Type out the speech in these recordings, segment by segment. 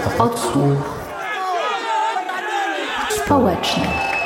Odsłuch społeczny.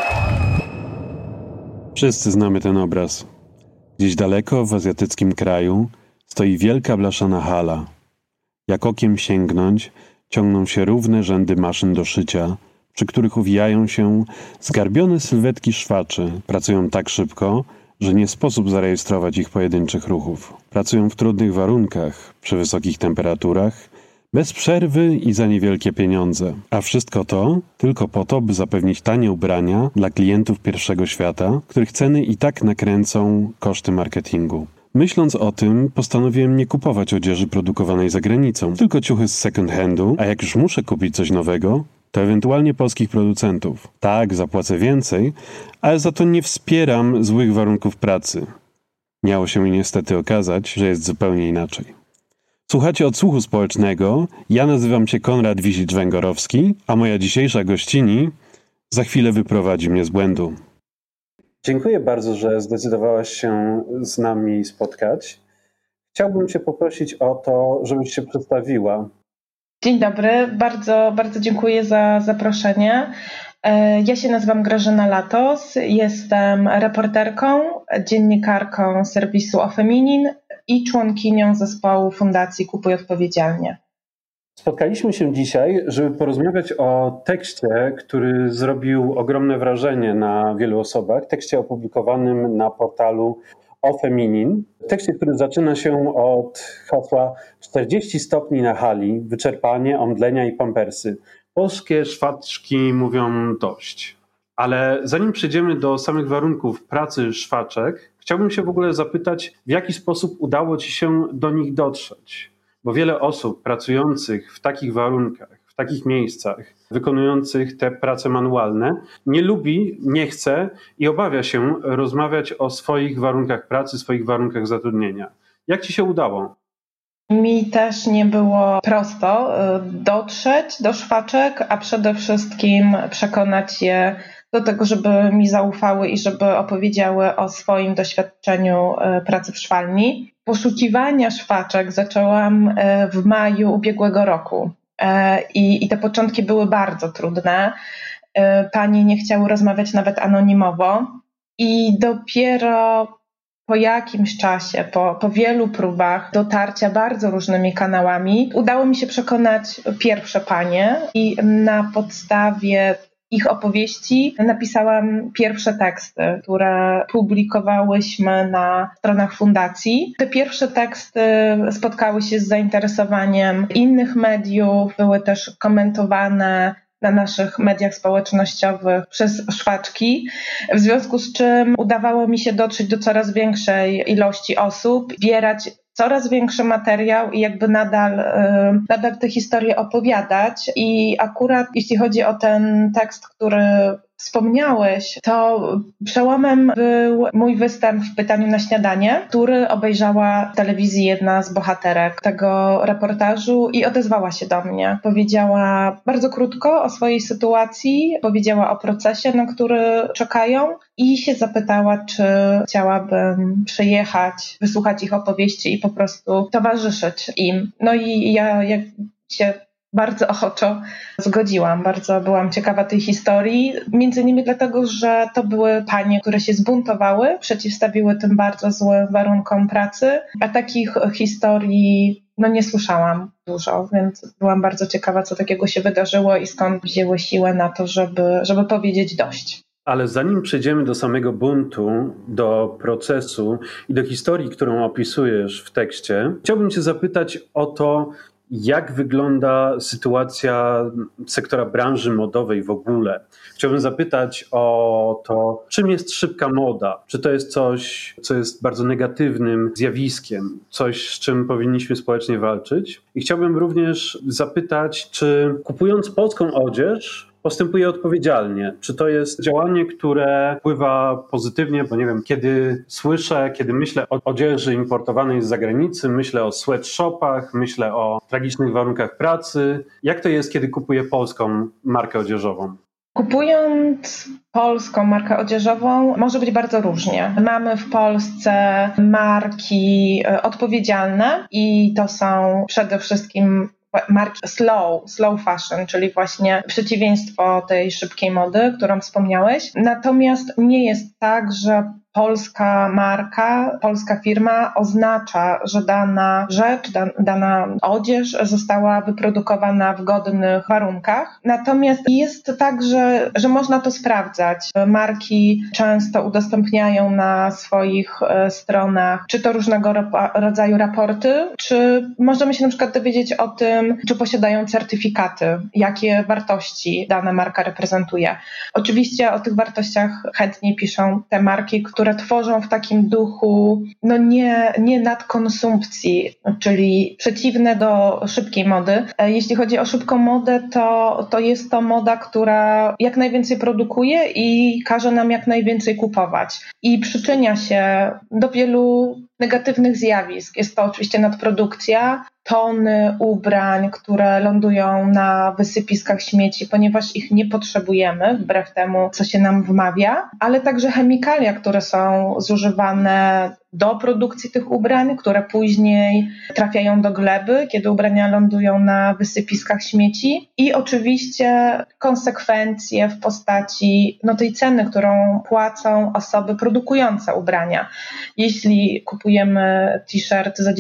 Wszyscy znamy ten obraz. Gdzieś daleko w azjatyckim kraju stoi wielka blaszana hala. Jak okiem sięgnąć, ciągną się równe rzędy maszyn do szycia, przy których uwijają się zgarbione sylwetki szwaczy. Pracują tak szybko, że nie sposób zarejestrować ich pojedynczych ruchów. Pracują w trudnych warunkach, przy wysokich temperaturach, bez przerwy i za niewielkie pieniądze. A wszystko to tylko po to, by zapewnić tanie ubrania dla klientów pierwszego świata, których ceny i tak nakręcą koszty marketingu. Myśląc o tym, postanowiłem nie kupować odzieży produkowanej za granicą, tylko ciuchy z second handu, a jak już muszę kupić coś nowego, to ewentualnie polskich producentów. Tak, zapłacę więcej, ale za to nie wspieram złych warunków pracy. Miało się mi niestety okazać, że jest zupełnie inaczej. Słuchacie Odsłuchu Społecznego, ja nazywam się Konrad Wizicz-Węgorowski, a moja dzisiejsza gościni za chwilę wyprowadzi mnie z błędu. Dziękuję bardzo, że zdecydowałaś się z nami spotkać. Chciałbym Cię poprosić o to, żebyś się przedstawiła. Dzień dobry, bardzo dziękuję za zaproszenie. Ja się nazywam Grażyna Latos, jestem reporterką, dziennikarką serwisu Ofeminin i członkinią zespołu Fundacji Kupuj Odpowiedzialnie. Spotkaliśmy się dzisiaj, żeby porozmawiać o tekście, który zrobił ogromne wrażenie na wielu osobach, tekście opublikowanym na portalu Ofeminin. Tekście, który zaczyna się od hasła 40 stopni na hali, wyczerpanie, omdlenia i pampersy. Polskie szwaczki mówią dość. Ale zanim przejdziemy do samych warunków pracy szwaczek, chciałbym się w ogóle zapytać, w jaki sposób udało Ci się do nich dotrzeć? Bo wiele osób pracujących w takich warunkach, w takich miejscach, wykonujących te prace manualne, nie lubi, nie chce i obawia się rozmawiać o swoich warunkach pracy, swoich warunkach zatrudnienia. Jak Ci się udało? Mi też nie było prosto dotrzeć do szwaczek, a przede wszystkim przekonać je do tego, żeby mi zaufały i żeby opowiedziały o swoim doświadczeniu pracy w szwalni. Poszukiwania szwaczek zaczęłam w maju ubiegłego roku i te początki były bardzo trudne. Panie nie chciały rozmawiać nawet anonimowo i dopiero po jakimś czasie, po wielu próbach dotarcia bardzo różnymi kanałami, udało mi się przekonać pierwsze panie i na podstawie ich opowieści napisałam pierwsze teksty, które publikowałyśmy na stronach fundacji. Te pierwsze teksty spotkały się z zainteresowaniem innych mediów, były też komentowane na naszych mediach społecznościowych przez szwaczki, w związku z czym udawało mi się dotrzeć do coraz większej ilości osób, zbierać coraz większy materiał i jakby nadal te historie opowiadać. I akurat jeśli chodzi o ten tekst, który wspomniałeś, to przełomem był mój występ w Pytaniu na śniadanie, który obejrzała w telewizji jedna z bohaterek tego reportażu i odezwała się do mnie. Powiedziała bardzo krótko o swojej sytuacji, powiedziała o procesie, na który czekają i się zapytała, czy chciałabym przyjechać, wysłuchać ich opowieści i po prostu towarzyszyć im. No i ja się bardzo ochoczo zgodziłam. Bardzo byłam ciekawa tej historii, między innymi dlatego, że to były panie, które się zbuntowały, przeciwstawiły tym bardzo złym warunkom pracy, a takich historii nie słyszałam dużo, więc byłam bardzo ciekawa, co takiego się wydarzyło i skąd wzięły siłę na to, żeby powiedzieć dość. Ale zanim przejdziemy do samego buntu, do procesu i do historii, którą opisujesz w tekście, chciałbym Cię zapytać o to, jak wygląda sytuacja sektora branży modowej w ogóle? Chciałbym zapytać o to, czym jest szybka moda? Czy to jest coś, co jest bardzo negatywnym zjawiskiem? Coś, z czym powinniśmy społecznie walczyć? I chciałbym również zapytać, czy kupując polską odzież, postępuje odpowiedzialnie. Czy to jest działanie, które wpływa pozytywnie, bo nie wiem, kiedy myślę o odzieży importowanej z zagranicy, myślę o sweatshopach, myślę o tragicznych warunkach pracy. Jak to jest, kiedy kupuję polską markę odzieżową? Kupując polską markę odzieżową może być bardzo różnie. Mamy w Polsce marki odpowiedzialne i to są przede wszystkim marki slow fashion, czyli właśnie przeciwieństwo tej szybkiej mody, którą wspomniałeś. Natomiast nie jest tak, że polska marka, polska firma oznacza, że dana rzecz, dana odzież została wyprodukowana w godnych warunkach. Natomiast jest tak, że można to sprawdzać. Marki często udostępniają na swoich stronach czy to różnego rodzaju raporty, czy możemy się na przykład dowiedzieć o tym, czy posiadają certyfikaty, jakie wartości dana marka reprezentuje. Oczywiście o tych wartościach chętniej piszą te marki, które tworzą w takim duchu nie nadkonsumpcji, czyli przeciwne do szybkiej mody. Jeśli chodzi o szybką modę, to jest to moda, która jak najwięcej produkuje i każe nam jak najwięcej kupować. I przyczynia się do wielu negatywnych zjawisk. Jest to oczywiście nadprodukcja, tony ubrań, które lądują na wysypiskach śmieci, ponieważ ich nie potrzebujemy, wbrew temu, co się nam wmawia, ale także chemikalia, które są zużywane do produkcji tych ubrań, które później trafiają do gleby, kiedy ubrania lądują na wysypiskach śmieci i oczywiście konsekwencje w postaci tej ceny, którą płacą osoby produkujące ubrania. Jeśli kupujemy t-shirt za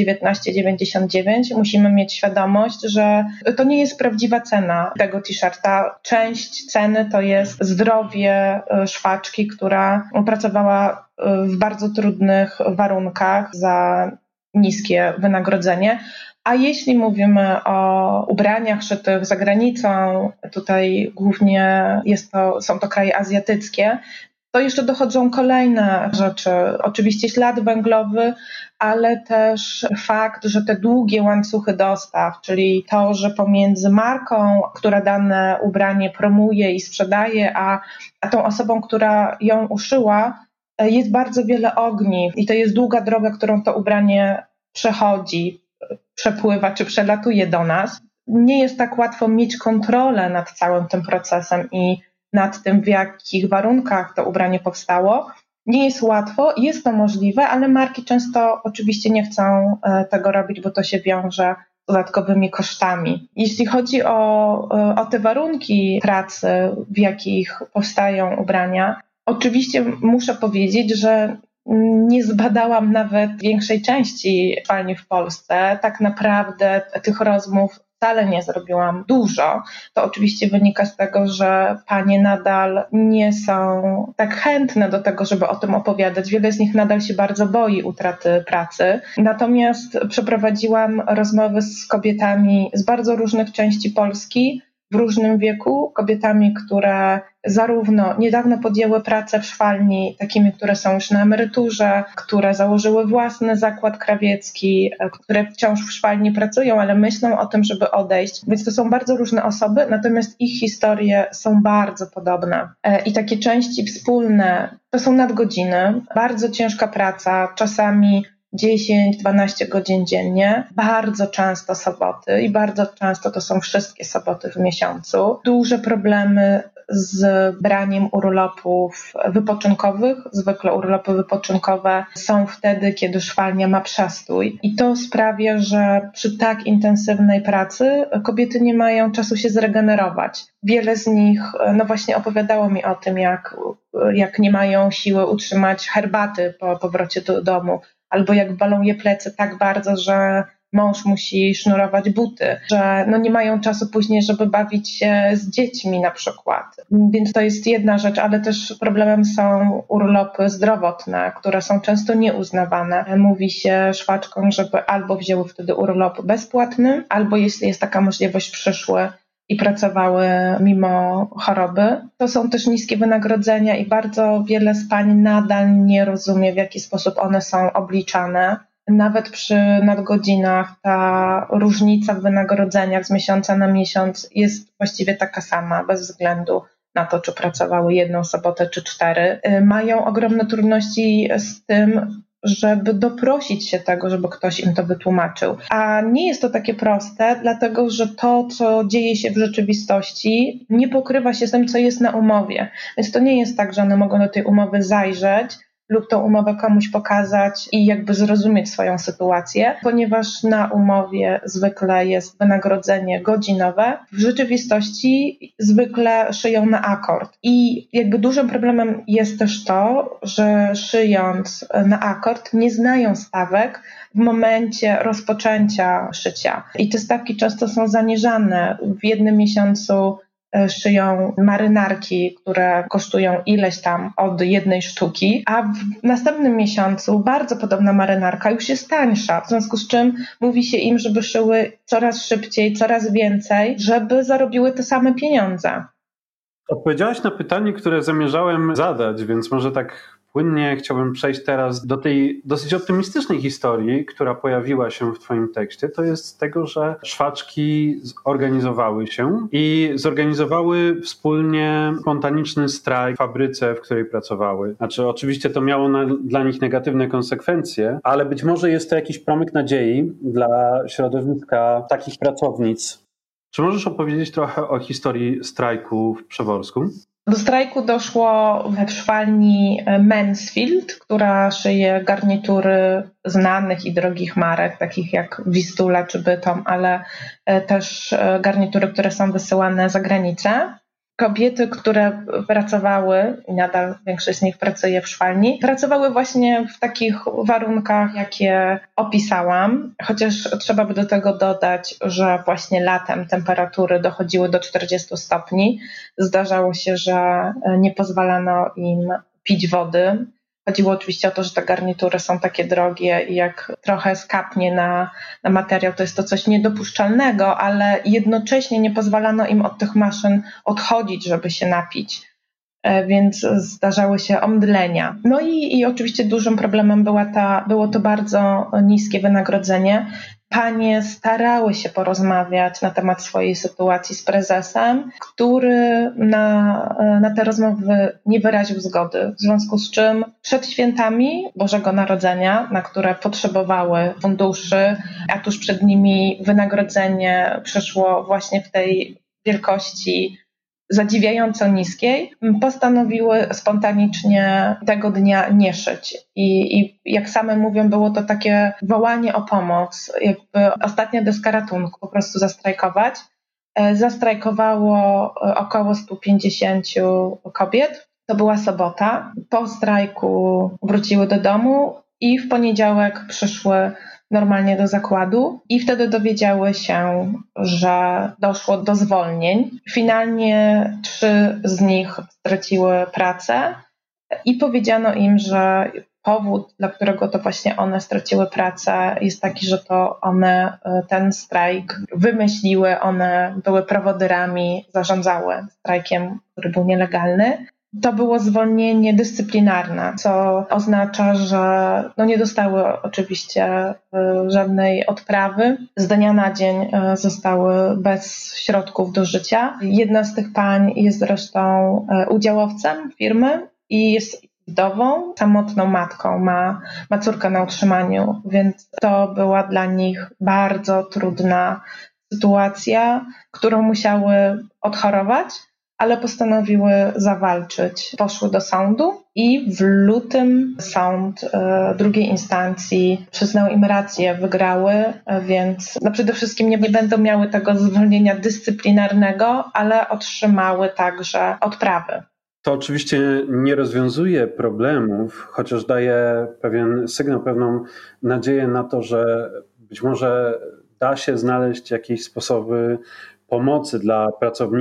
19,99, musimy mieć świadomość, że to nie jest prawdziwa cena tego t-shirta. Część ceny to jest zdrowie szwaczki, która pracowała w bardzo trudnych warunkach za niskie wynagrodzenie. A jeśli mówimy o ubraniach szytych za granicą, tutaj głównie są to kraje azjatyckie, to jeszcze dochodzą kolejne rzeczy. Oczywiście ślad węglowy, ale też fakt, że te długie łańcuchy dostaw, czyli to, że pomiędzy marką, która dane ubranie promuje i sprzedaje, a tą osobą, która ją uszyła, jest bardzo wiele ogniw i to jest długa droga, którą to ubranie przechodzi, przepływa czy przelatuje do nas. Nie jest tak łatwo mieć kontrolę nad całym tym procesem i nad tym, w jakich warunkach to ubranie powstało. Nie jest łatwo, jest to możliwe, ale marki często oczywiście nie chcą tego robić, bo to się wiąże z dodatkowymi kosztami. Jeśli chodzi o te warunki pracy, w jakich powstają ubrania, oczywiście muszę powiedzieć, że nie zbadałam nawet większej części szwalni w Polsce. Tak naprawdę tych rozmów wcale nie zrobiłam dużo. To oczywiście wynika z tego, że panie nadal nie są tak chętne do tego, żeby o tym opowiadać. Wiele z nich nadal się bardzo boi utraty pracy. Natomiast przeprowadziłam rozmowy z kobietami z bardzo różnych części Polski, w różnym wieku, kobietami, które zarówno niedawno podjęły pracę w szwalni, takimi, które są już na emeryturze, które założyły własny zakład krawiecki, które wciąż w szwalni pracują, ale myślą o tym, żeby odejść. Więc to są bardzo różne osoby, natomiast ich historie są bardzo podobne. I takie części wspólne to są nadgodziny, bardzo ciężka praca, czasami 10-12 godzin dziennie, bardzo często soboty i bardzo często to są wszystkie soboty w miesiącu. Duże problemy z braniem urlopów wypoczynkowych. Zwykle urlopy wypoczynkowe są wtedy, kiedy szwalnia ma przestój i to sprawia, że przy tak intensywnej pracy kobiety nie mają czasu się zregenerować. Wiele z nich właśnie opowiadało mi o tym, jak nie mają siły utrzymać herbaty po powrocie do domu, albo jak bolą je plecy tak bardzo, że mąż musi sznurować buty, że nie mają czasu później, żeby bawić się z dziećmi na przykład. Więc to jest jedna rzecz, ale też problemem są urlopy zdrowotne, które są często nieuznawane. Mówi się szwaczkom, żeby albo wzięły wtedy urlop bezpłatny, albo jeśli jest taka możliwość, przyszły i pracowały mimo choroby. To są też niskie wynagrodzenia i bardzo wiele z pań nadal nie rozumie, w jaki sposób one są obliczane. Nawet przy nadgodzinach ta różnica w wynagrodzeniach z miesiąca na miesiąc jest właściwie taka sama, bez względu na to, czy pracowały jedną sobotę czy 4. Mają ogromne trudności z tym, żeby doprosić się tego, żeby ktoś im to wytłumaczył. A nie jest to takie proste, dlatego że to, co dzieje się w rzeczywistości, nie pokrywa się z tym, co jest na umowie. Więc to nie jest tak, że one mogą do tej umowy zajrzeć, lub tą umowę komuś pokazać i jakby zrozumieć swoją sytuację, ponieważ na umowie zwykle jest wynagrodzenie godzinowe. W rzeczywistości zwykle szyją na akord. I jakby dużym problemem jest też to, że szyjąc na akord nie znają stawek w momencie rozpoczęcia szycia. I te stawki często są zaniżane. W jednym miesiącu szyją marynarki, które kosztują ileś tam od jednej sztuki, a w następnym miesiącu bardzo podobna marynarka już jest tańsza, w związku z czym mówi się im, żeby szyły coraz szybciej, coraz więcej, żeby zarobiły te same pieniądze. Odpowiedziałaś na pytanie, które zamierzałem zadać, więc może tak płynnie chciałbym przejść teraz do tej dosyć optymistycznej historii, która pojawiła się w twoim tekście. To jest tego, że szwaczki zorganizowały się i zorganizowały wspólnie spontaniczny strajk w fabryce, w której pracowały. Znaczy oczywiście to miało dla nich negatywne konsekwencje, ale być może jest to jakiś promyk nadziei dla środowiska takich pracownic. Czy możesz opowiedzieć trochę o historii strajku w Przeworsku? Do strajku doszło w szwalni Mansfield, która szyje garnitury znanych i drogich marek, takich jak Wistula czy Bytom, ale też garnitury, które są wysyłane za granicę. Kobiety, które pracowały, i nadal większość z nich pracuje w szwalni, pracowały właśnie w takich warunkach, jakie opisałam, chociaż trzeba by do tego dodać, że właśnie latem temperatury dochodziły do 40 stopni. Zdarzało się, że nie pozwalano im pić wody. Chodziło oczywiście o to, że te garnitury są takie drogie i jak trochę skapnie na materiał, to jest to coś niedopuszczalnego, ale jednocześnie nie pozwalano im od tych maszyn odchodzić, żeby się napić. Więc zdarzały się omdlenia. No i oczywiście dużym problemem było to bardzo niskie wynagrodzenie. Panie starały się porozmawiać na temat swojej sytuacji z prezesem, który na te rozmowy nie wyraził zgody. W związku z czym przed świętami Bożego Narodzenia, na które potrzebowały funduszy, a tuż przed nimi wynagrodzenie przyszło właśnie w tej wielkości zadziwiająco niskiej, postanowiły spontanicznie tego dnia nie szyć. I jak same mówią, było to takie wołanie o pomoc, jakby ostatnia deska ratunku, po prostu zastrajkować. Zastrajkowało około 150 kobiet. To była sobota. Po strajku wróciły do domu i w poniedziałek przyszły normalnie do zakładu i wtedy dowiedziały się, że doszło do zwolnień. Finalnie 3 z nich straciły pracę i powiedziano im, że powód, dla którego to właśnie one straciły pracę, jest taki, że to one ten strajk wymyśliły, one były prowodyrami, zarządzały strajkiem, który był nielegalny. To było zwolnienie dyscyplinarne, co oznacza, że nie dostały oczywiście żadnej odprawy. Z dnia na dzień zostały bez środków do życia. Jedna z tych pań jest zresztą udziałowcem firmy i jest wdową, samotną matką, ma córkę na utrzymaniu, więc to była dla nich bardzo trudna sytuacja, którą musiały odchorować, ale postanowiły zawalczyć. Poszły do sądu i w lutym sąd drugiej instancji przyznał im rację, wygrały, więc przede wszystkim nie będą miały tego zwolnienia dyscyplinarnego, ale otrzymały także odprawy. To oczywiście nie rozwiązuje problemów, chociaż daje pewien sygnał, pewną nadzieję na to, że być może da się znaleźć jakieś sposoby pomocy dla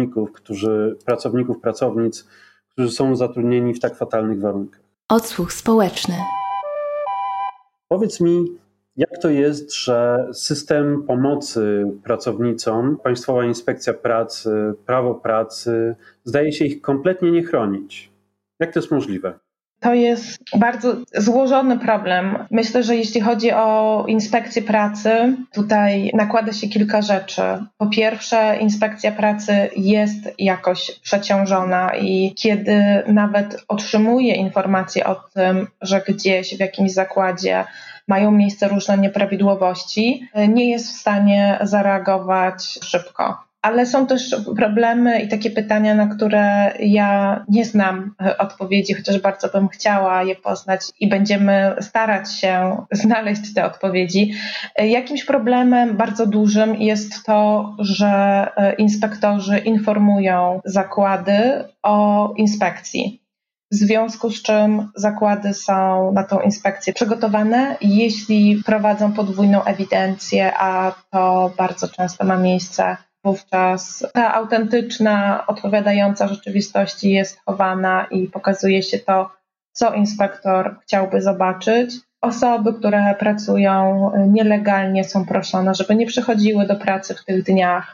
pracownic, którzy są zatrudnieni w tak fatalnych warunkach. Odsłuch społeczny. Powiedz mi, jak to jest, że system pomocy pracownicom, Państwowa Inspekcja Pracy, prawo pracy, zdaje się ich kompletnie nie chronić? Jak to jest możliwe? To jest bardzo złożony problem. Myślę, że jeśli chodzi o inspekcję pracy, tutaj nakłada się kilka rzeczy. Po pierwsze, inspekcja pracy jest jakoś przeciążona i kiedy nawet otrzymuje informacje o tym, że gdzieś w jakimś zakładzie mają miejsce różne nieprawidłowości, nie jest w stanie zareagować szybko. Ale są też problemy i takie pytania, na które ja nie znam odpowiedzi, chociaż bardzo bym chciała je poznać i będziemy starać się znaleźć te odpowiedzi. Jakimś problemem bardzo dużym jest to, że inspektorzy informują zakłady o inspekcji. W związku z czym zakłady są na tą inspekcję przygotowane, jeśli prowadzą podwójną ewidencję, a to bardzo często ma miejsce, wówczas ta autentyczna, odpowiadająca rzeczywistości jest chowana i pokazuje się to, co inspektor chciałby zobaczyć. Osoby, które pracują nielegalnie, są proszone, żeby nie przychodziły do pracy w tych dniach.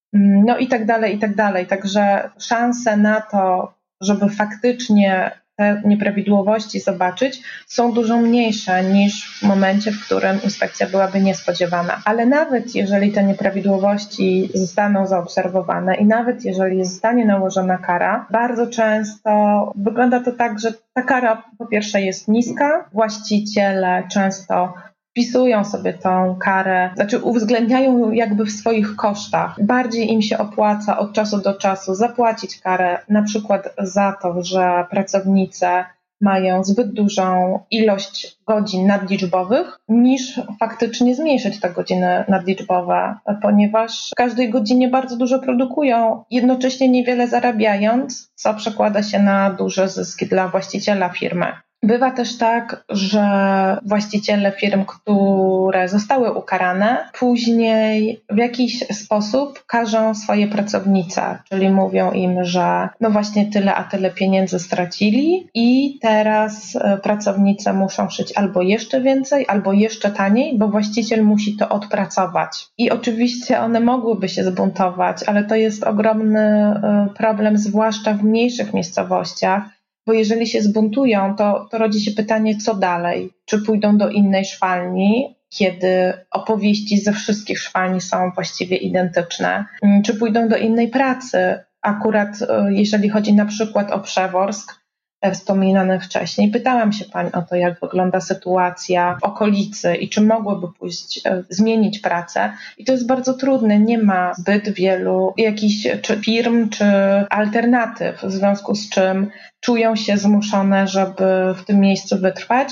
No i tak dalej, i tak dalej. Także szanse na to, żeby faktycznie te nieprawidłowości zobaczyć, są dużo mniejsze niż w momencie, w którym inspekcja byłaby niespodziewana. Ale nawet jeżeli te nieprawidłowości zostaną zaobserwowane i nawet jeżeli zostanie nałożona kara, bardzo często wygląda to tak, że ta kara po pierwsze jest niska, właściciele często wpisują sobie tą karę, uwzględniają ją jakby w swoich kosztach. Bardziej im się opłaca od czasu do czasu zapłacić karę, na przykład za to, że pracownicy mają zbyt dużą ilość godzin nadliczbowych, niż faktycznie zmniejszyć te godziny nadliczbowe, ponieważ w każdej godzinie bardzo dużo produkują, jednocześnie niewiele zarabiając, co przekłada się na duże zyski dla właściciela firmy. Bywa też tak, że właściciele firm, które zostały ukarane, później w jakiś sposób karzą swoje pracownice, czyli mówią im, że no właśnie tyle a tyle pieniędzy stracili i teraz pracownice muszą szyć albo jeszcze więcej, albo jeszcze taniej, bo właściciel musi to odpracować. I oczywiście one mogłyby się zbuntować, ale to jest ogromny problem, zwłaszcza w mniejszych miejscowościach, bo jeżeli się zbuntują, to rodzi się pytanie, co dalej? Czy pójdą do innej szwalni, kiedy opowieści ze wszystkich szwalni są właściwie identyczne? Czy pójdą do innej pracy? Akurat jeżeli chodzi na przykład o Przeworsk, wspominany wcześniej, pytałam się pań o to, jak wygląda sytuacja w okolicy i czy mogłyby pójść, zmienić pracę. I to jest bardzo trudne, nie ma zbyt wielu jakichś czy firm, czy alternatyw, w związku z czym czują się zmuszone, żeby w tym miejscu wytrwać.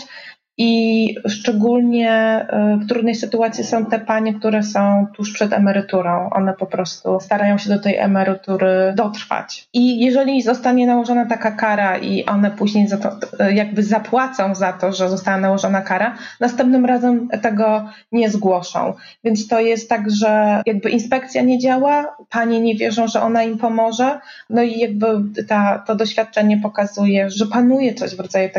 I szczególnie w trudnej sytuacji są te panie, które są tuż przed emeryturą. One po prostu starają się do tej emerytury dotrwać. I jeżeli zostanie nałożona taka kara i one później za to jakby zapłacą za to, że została nałożona kara, następnym razem tego nie zgłoszą. Więc to jest tak, że jakby inspekcja nie działa, panie nie wierzą, że ona im pomoże. No i jakby to doświadczenie pokazuje, że panuje coś w rodzaju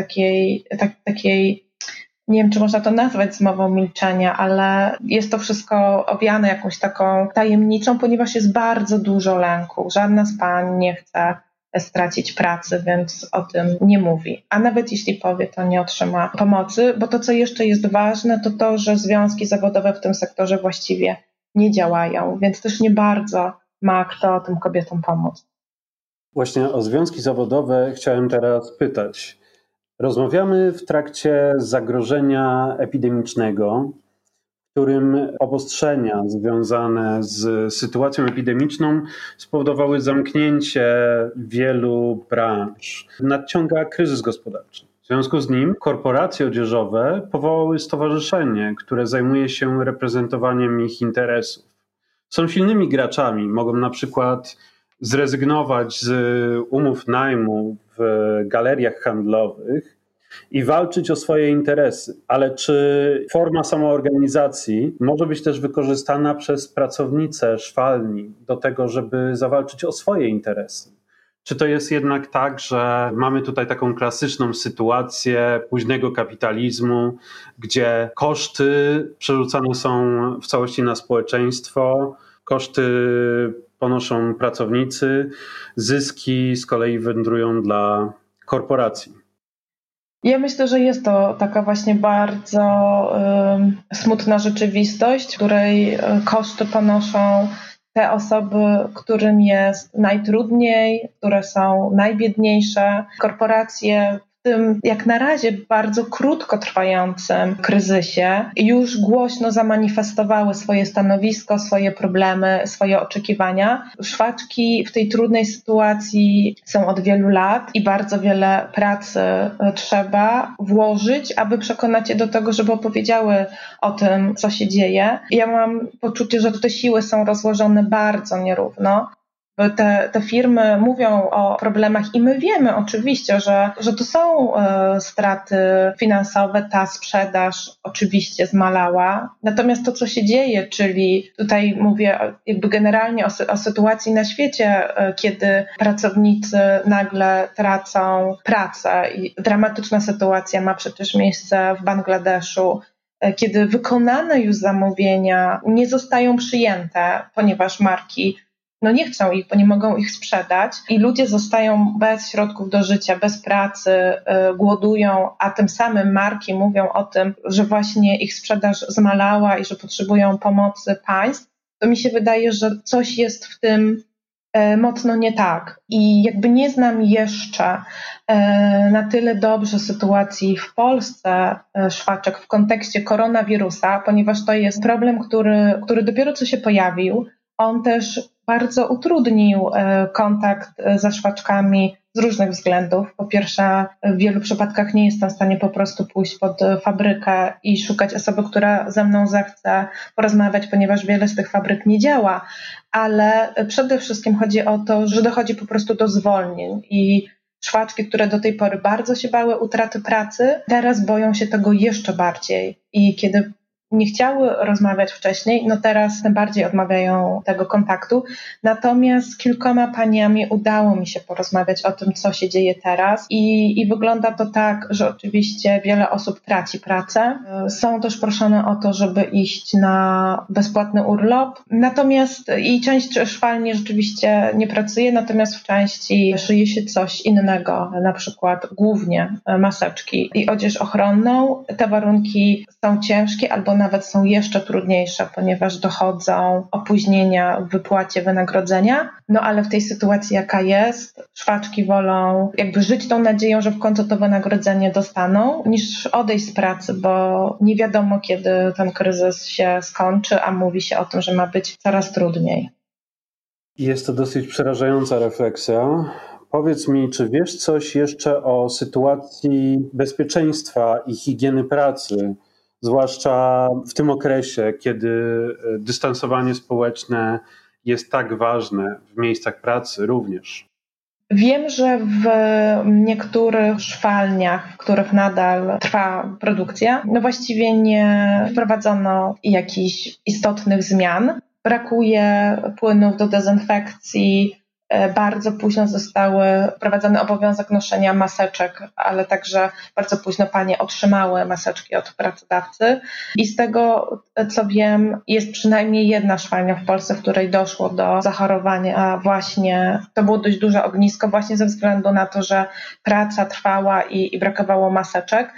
takiej nie wiem, czy można to nazwać zmową milczenia, ale jest to wszystko owiane jakąś taką tajemnicą, ponieważ jest bardzo dużo lęku. Żadna z pań nie chce stracić pracy, więc o tym nie mówi. A nawet jeśli powie, to nie otrzyma pomocy, bo to, co jeszcze jest ważne, to to, że związki zawodowe w tym sektorze właściwie nie działają, więc też nie bardzo ma kto tym kobietom pomóc. Właśnie o związki zawodowe chciałem teraz pytać. Rozmawiamy w trakcie zagrożenia epidemicznego, w którym obostrzenia związane z sytuacją epidemiczną spowodowały zamknięcie wielu branż. Nadciąga kryzys gospodarczy. W związku z nim korporacje odzieżowe powołały stowarzyszenie, które zajmuje się reprezentowaniem ich interesów. Są silnymi graczami, mogą na przykład zrezygnować z umów najmu w galeriach handlowych i walczyć o swoje interesy. Ale czy forma samoorganizacji może być też wykorzystana przez pracownice szwalni do tego, żeby zawalczyć o swoje interesy? Czy to jest jednak tak, że mamy tutaj taką klasyczną sytuację późnego kapitalizmu, gdzie koszty przerzucane są w całości na społeczeństwo, koszty ponoszą pracownicy, zyski z kolei wędrują dla korporacji? Ja myślę, że jest to taka właśnie bardzo smutna rzeczywistość, w której koszty ponoszą te osoby, którym jest najtrudniej, które są najbiedniejsze. Korporacje w tym, jak na razie, bardzo krótko trwającym kryzysie już głośno zamanifestowały swoje stanowisko, swoje problemy, swoje oczekiwania. Szwaczki w tej trudnej sytuacji są od wielu lat i bardzo wiele pracy trzeba włożyć, aby przekonać je do tego, żeby opowiedziały o tym, co się dzieje. Ja mam poczucie, że te siły są rozłożone bardzo nierówno. Te firmy mówią o problemach i my wiemy oczywiście, że to są straty finansowe, ta sprzedaż oczywiście zmalała. Natomiast to, co się dzieje, czyli tutaj mówię jakby generalnie o sytuacji na świecie, kiedy pracownicy nagle tracą pracę i dramatyczna sytuacja ma przecież miejsce w Bangladeszu, kiedy wykonane już zamówienia nie zostają przyjęte, ponieważ marki nie chcą ich, bo nie mogą ich sprzedać i ludzie zostają bez środków do życia, bez pracy, głodują, a tym samym marki mówią o tym, że właśnie ich sprzedaż zmalała i że potrzebują pomocy państw, to mi się wydaje, że coś jest w tym mocno nie tak. I jakby nie znam jeszcze na tyle dobrze sytuacji w Polsce szwaczek w kontekście koronawirusa, ponieważ to jest problem, który dopiero co się pojawił. On też bardzo utrudnił kontakt ze szwaczkami z różnych względów. Po pierwsze, w wielu przypadkach nie jestem w stanie po prostu pójść pod fabrykę i szukać osoby, która ze mną zechce porozmawiać, ponieważ wiele z tych fabryk nie działa, ale przede wszystkim chodzi o to, że dochodzi po prostu do zwolnień i szwaczki, które do tej pory bardzo się bały utraty pracy, teraz boją się tego jeszcze bardziej i kiedy nie chciały rozmawiać wcześniej, teraz tym bardziej odmawiają tego kontaktu. Natomiast z kilkoma paniami udało mi się porozmawiać o tym, co się dzieje teraz i wygląda to tak, że oczywiście wiele osób traci pracę. Są też proszone o to, żeby iść na bezpłatny urlop. Natomiast i część szwalni rzeczywiście nie pracuje, natomiast w części szyje się coś innego, na przykład głównie maseczki i odzież ochronną. Te warunki są ciężkie albo nawet są jeszcze trudniejsze, ponieważ dochodzą opóźnienia w wypłacie wynagrodzenia. Ale w tej sytuacji, jaka jest, szwaczki wolą jakby żyć tą nadzieją, że w końcu to wynagrodzenie dostaną, niż odejść z pracy, bo nie wiadomo, kiedy ten kryzys się skończy, a mówi się o tym, że ma być coraz trudniej. Jest to dosyć przerażająca refleksja. Powiedz mi, czy wiesz coś jeszcze o sytuacji bezpieczeństwa i higieny pracy, zwłaszcza w tym okresie, kiedy dystansowanie społeczne jest tak ważne w miejscach pracy również? Wiem, że w niektórych szwalniach, w których nadal trwa produkcja, właściwie nie wprowadzono jakichś istotnych zmian. Brakuje płynów do dezynfekcji. Bardzo późno został wprowadzony obowiązek noszenia maseczek, ale także bardzo późno panie otrzymały maseczki od pracodawcy. I z tego, co wiem, jest przynajmniej jedna szwalnia w Polsce, w której doszło do zachorowania, a właśnie to było dość duże ognisko, właśnie ze względu na to, że praca trwała i brakowało maseczek.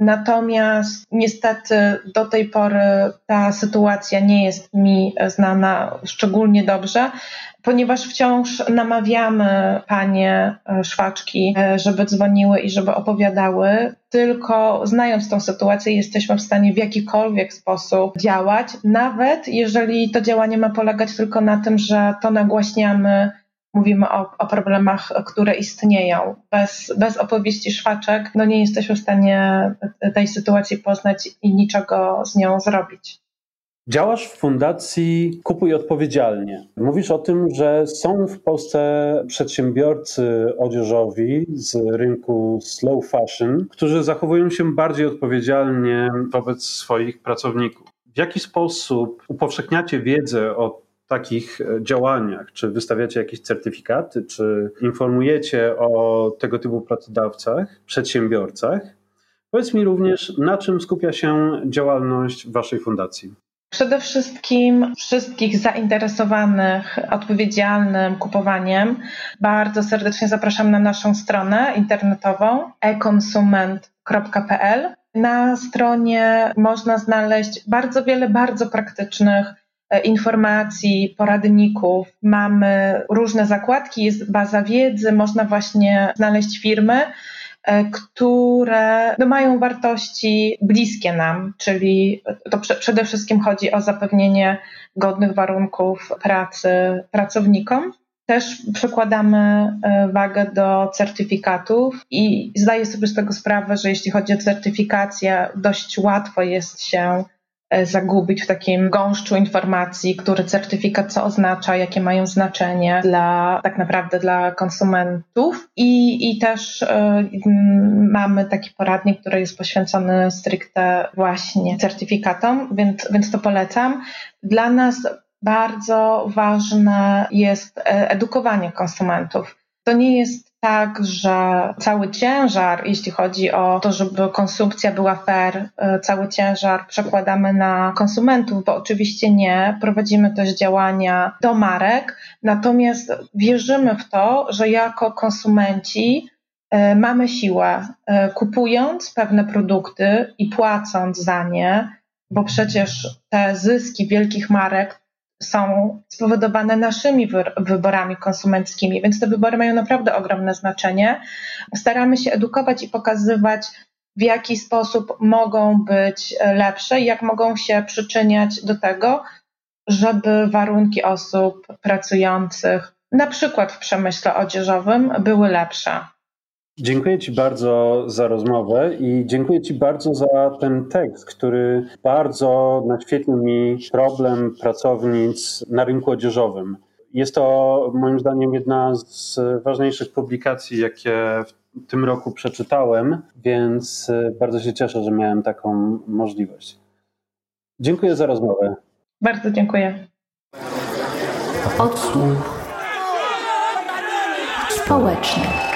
Natomiast niestety do tej pory ta sytuacja nie jest mi znana szczególnie dobrze, ponieważ wciąż namawiamy panie szwaczki, żeby dzwoniły i żeby opowiadały. Tylko znając tą sytuację jesteśmy w stanie w jakikolwiek sposób działać, nawet jeżeli to działanie ma polegać tylko na tym, że to nagłaśniamy, mówimy o problemach, które istnieją. Bez opowieści szwaczek nie jesteśmy w stanie tej sytuacji poznać i niczego z nią zrobić. Działasz w fundacji Kupuj Odpowiedzialnie. Mówisz o tym, że są w Polsce przedsiębiorcy odzieżowi z rynku slow fashion, którzy zachowują się bardziej odpowiedzialnie wobec swoich pracowników. W jaki sposób upowszechniacie wiedzę o takich działaniach? Czy wystawiacie jakieś certyfikaty, czy informujecie o tego typu pracodawcach, przedsiębiorcach? Powiedz mi również, na czym skupia się działalność waszej fundacji? Przede wszystkim wszystkich zainteresowanych odpowiedzialnym kupowaniem bardzo serdecznie zapraszam na naszą stronę internetową ekonsument.pl. Na stronie można znaleźć bardzo wiele bardzo praktycznych informacji, poradników. Mamy różne zakładki, jest baza wiedzy, można właśnie znaleźć firmy, które mają wartości bliskie nam, czyli to przede wszystkim chodzi o zapewnienie godnych warunków pracy pracownikom. Też przykładamy wagę do certyfikatów i zdaję sobie z tego sprawę, że jeśli chodzi o certyfikację, dość łatwo jest się zagubić w takim gąszczu informacji, który certyfikat co oznacza, jakie mają znaczenie tak naprawdę dla konsumentów. I też mamy taki poradnik, który jest poświęcony stricte właśnie certyfikatom, więc to polecam. Dla nas bardzo ważne jest edukowanie konsumentów. To nie jest tak, że cały ciężar, jeśli chodzi o to, żeby konsumpcja była fair, cały ciężar przekładamy na konsumentów, bo oczywiście nie. Prowadzimy też działania do marek, natomiast wierzymy w to, że jako konsumenci mamy siłę, kupując pewne produkty i płacąc za nie, bo przecież te zyski wielkich marek są spowodowane naszymi wyborami konsumenckimi, więc te wybory mają naprawdę ogromne znaczenie. Staramy się edukować i pokazywać, w jaki sposób mogą być lepsze i jak mogą się przyczyniać do tego, żeby warunki osób pracujących, na przykład w przemyśle odzieżowym, były lepsze. Dziękuję Ci bardzo za rozmowę i dziękuję Ci bardzo za ten tekst, który bardzo naświetlił mi problem pracownic na rynku odzieżowym. Jest to moim zdaniem jedna z ważniejszych publikacji, jakie w tym roku przeczytałem, więc bardzo się cieszę, że miałem taką możliwość. Dziękuję za rozmowę. Bardzo dziękuję. Odsłuch społeczny.